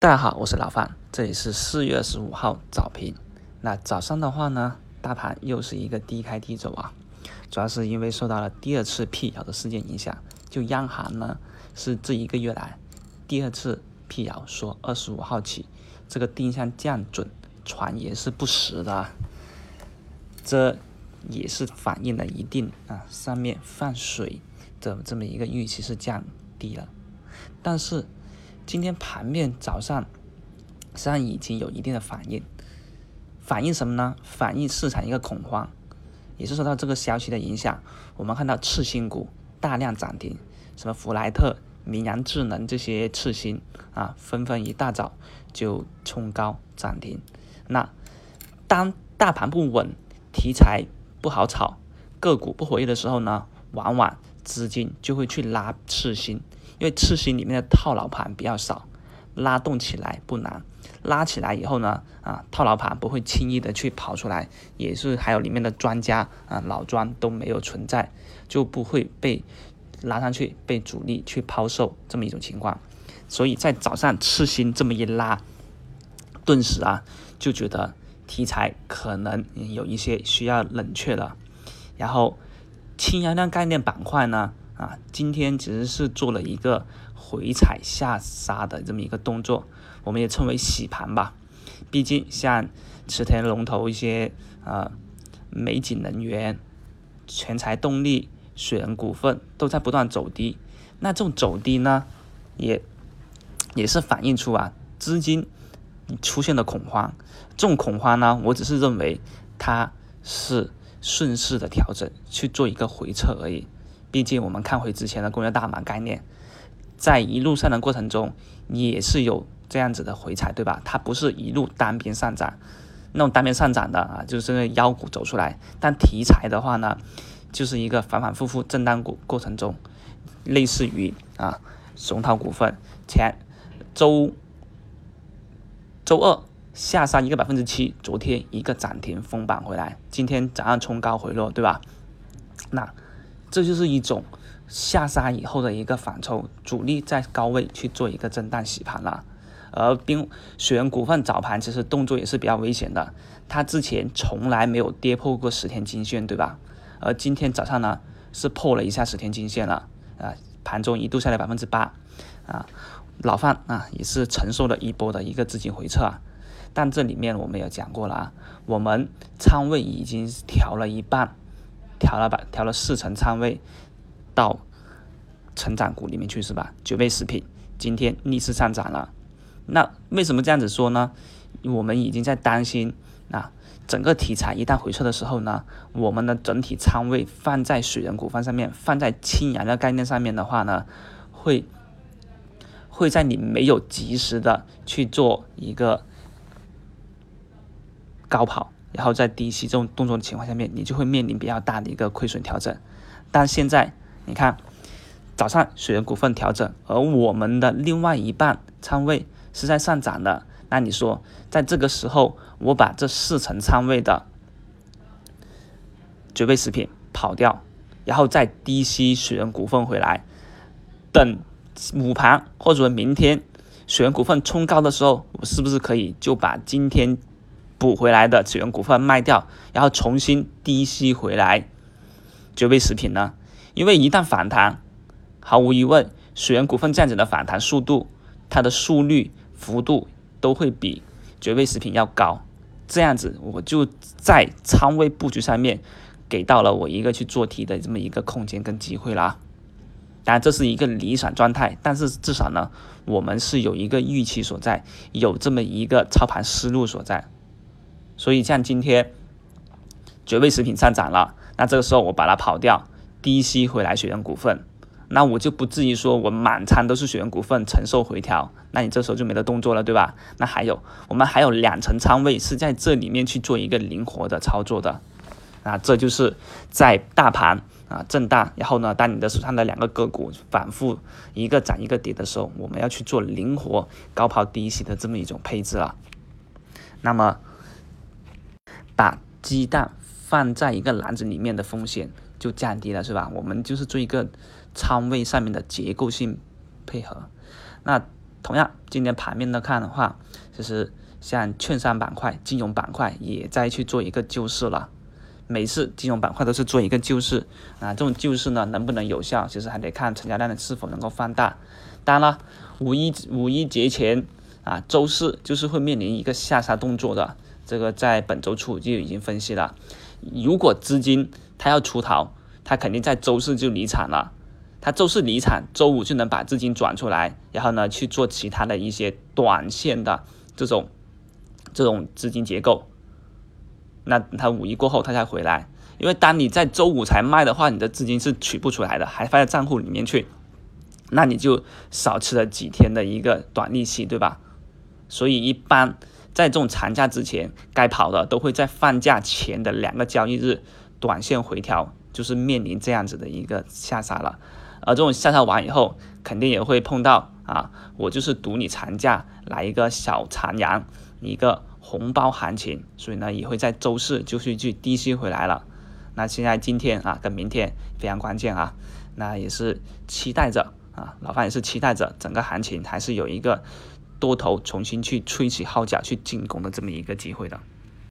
大家好，我是老范，这里是4月25号早评。那早上的话呢，大盘又是一个低开低走啊，主要是因为受到了第二次辟谣的事件影响。就央行呢是这一个月来第二次辟谣，说25号起这个定向降准传言是不实的，这也是反映了一定上面放水的这么一个预期是降低了。但是今天盘面早上实际上已经有一定的反应什么呢？反映市场一个恐慌，也是受到这个消息的影响。我们看到次新股大量涨停，什么福莱特、明阳智能这些次新纷纷一大早就冲高涨停。那当大盘不稳，题材不好炒，个股不活跃的时候呢，往往资金就会去拉次新，因为次新里面的套牢盘比较少，拉动起来不难。拉起来以后呢，套牢盘不会轻易的去跑出来，也是还有里面的专家老庄都没有存在，就不会被拉上去，被主力去抛售这么一种情况。所以在早上次新这么一拉，顿时就觉得题材可能有一些需要冷却了。然后轻阳量概念板块呢，今天其实是做了一个回踩下杀的这么一个动作，我们也称为洗盘吧。毕竟像池田龙头一些美景能源、全才动力、水能股份都在不断走低，那这种走低呢，也是反映出资金出现了恐慌。这种恐慌呢，我只是认为它是顺势的调整，去做一个回撤而已。毕竟我们看回之前的工业大盘概念，在一路上的过程中也是有这样子的回踩，对吧？它不是一路单边上涨，那种单边上涨的就是那个妖股走出来。但题材的话呢，就是一个反反复复震荡过程中，类似于松涛股份前周二下杀一个7%，昨天一个涨停封板回来，今天早上冲高回落，对吧？那这就是一种下杀以后的一个反抽，主力在高位去做一个震荡洗盘了。而水源股份早盘其实动作也是比较危险的，它之前从来没有跌破过10天均线，对吧？而今天早上呢是破了一下10天均线了，盘中一度下来8%，老范也是承受了一波的一个资金回撤但这里面我们也讲过了我们仓位已经调了一半，调了4成仓位到成长股里面去，是吧？9倍食品今天逆势上涨了。那为什么这样子说呢？我们已经在担心整个题材一旦回撤的时候呢，我们的整体仓位放在水源股份上面，放在氢燃料概念上面的话呢，会在你没有及时的去做一个高跑，然后在低吸这种动作的情况下面，你就会面临比较大的一个亏损调整。但现在你看早上水源股份调整，而我们的另外一半仓位是在上涨的，那你说在这个时候我把这4成仓位的9倍食品跑掉，然后再低吸水源股份回来，等午盘或者明天水源股份冲高的时候，我是不是可以就把今天补回来的水源股份卖掉，然后重新低吸回来9倍食品呢？因为一旦反弹，毫无疑问水源股份这样子的反弹速度，它的速率幅度都会比9倍食品要高，这样子我就在仓位布局上面给到了我一个去做题的这么一个空间跟机会啦。当然这是一个理想状态，但是至少呢我们是有一个预期所在，有这么一个操盘思路所在。所以像今天9倍食品上涨了，那这个时候我把它跑掉，低吸回来水源股份，那我就不至于说我满仓都是水源股份承受回调，那你这时候就没得动作了，对吧？那我们还有2成仓位是在这里面去做一个灵活的操作的这就是在大盘震荡，然后呢当你的手上的2个个股反复一个涨一个跌的时候，我们要去做灵活高抛低吸的这么一种配置了。那么把鸡蛋放在一个篮子里面的风险就降低了，是吧？我们就是做一个仓位上面的结构性配合。那同样今天盘面的看的话，就是像券商板块、金融板块也在去做一个救市了。每次金融板块都是做一个救市啊，这种救市呢能不能有效，其实还得看成交量是否能够放大。当然了，五一节前啊，周四就是会面临一个下杀动作的，这个在本周初就已经分析了。如果资金它要出逃，它肯定在周四就离场了。它周四离场，周五就能把资金转出来，然后呢去做其他的一些短线的这种资金结构。那它五一过后它才回来，因为当你在周五才卖的话，你的资金是取不出来的，还放在账户里面去，那你就少吃了几天的一个短利息，对吧？所以一般在这种长假之前，该跑的都会在放假前的2个交易日短线回调，就是面临这样子的一个下杀了。而这种下杀完以后，肯定也会碰到我就是赌你长假来一个小长阳，一个红包行情，所以呢也会在周四就是去低吸回来了。那现在今天跟明天非常关键那也是期待着老范也是期待着整个行情还是有一个多头重新去吹起号角去进攻的这么一个机会的。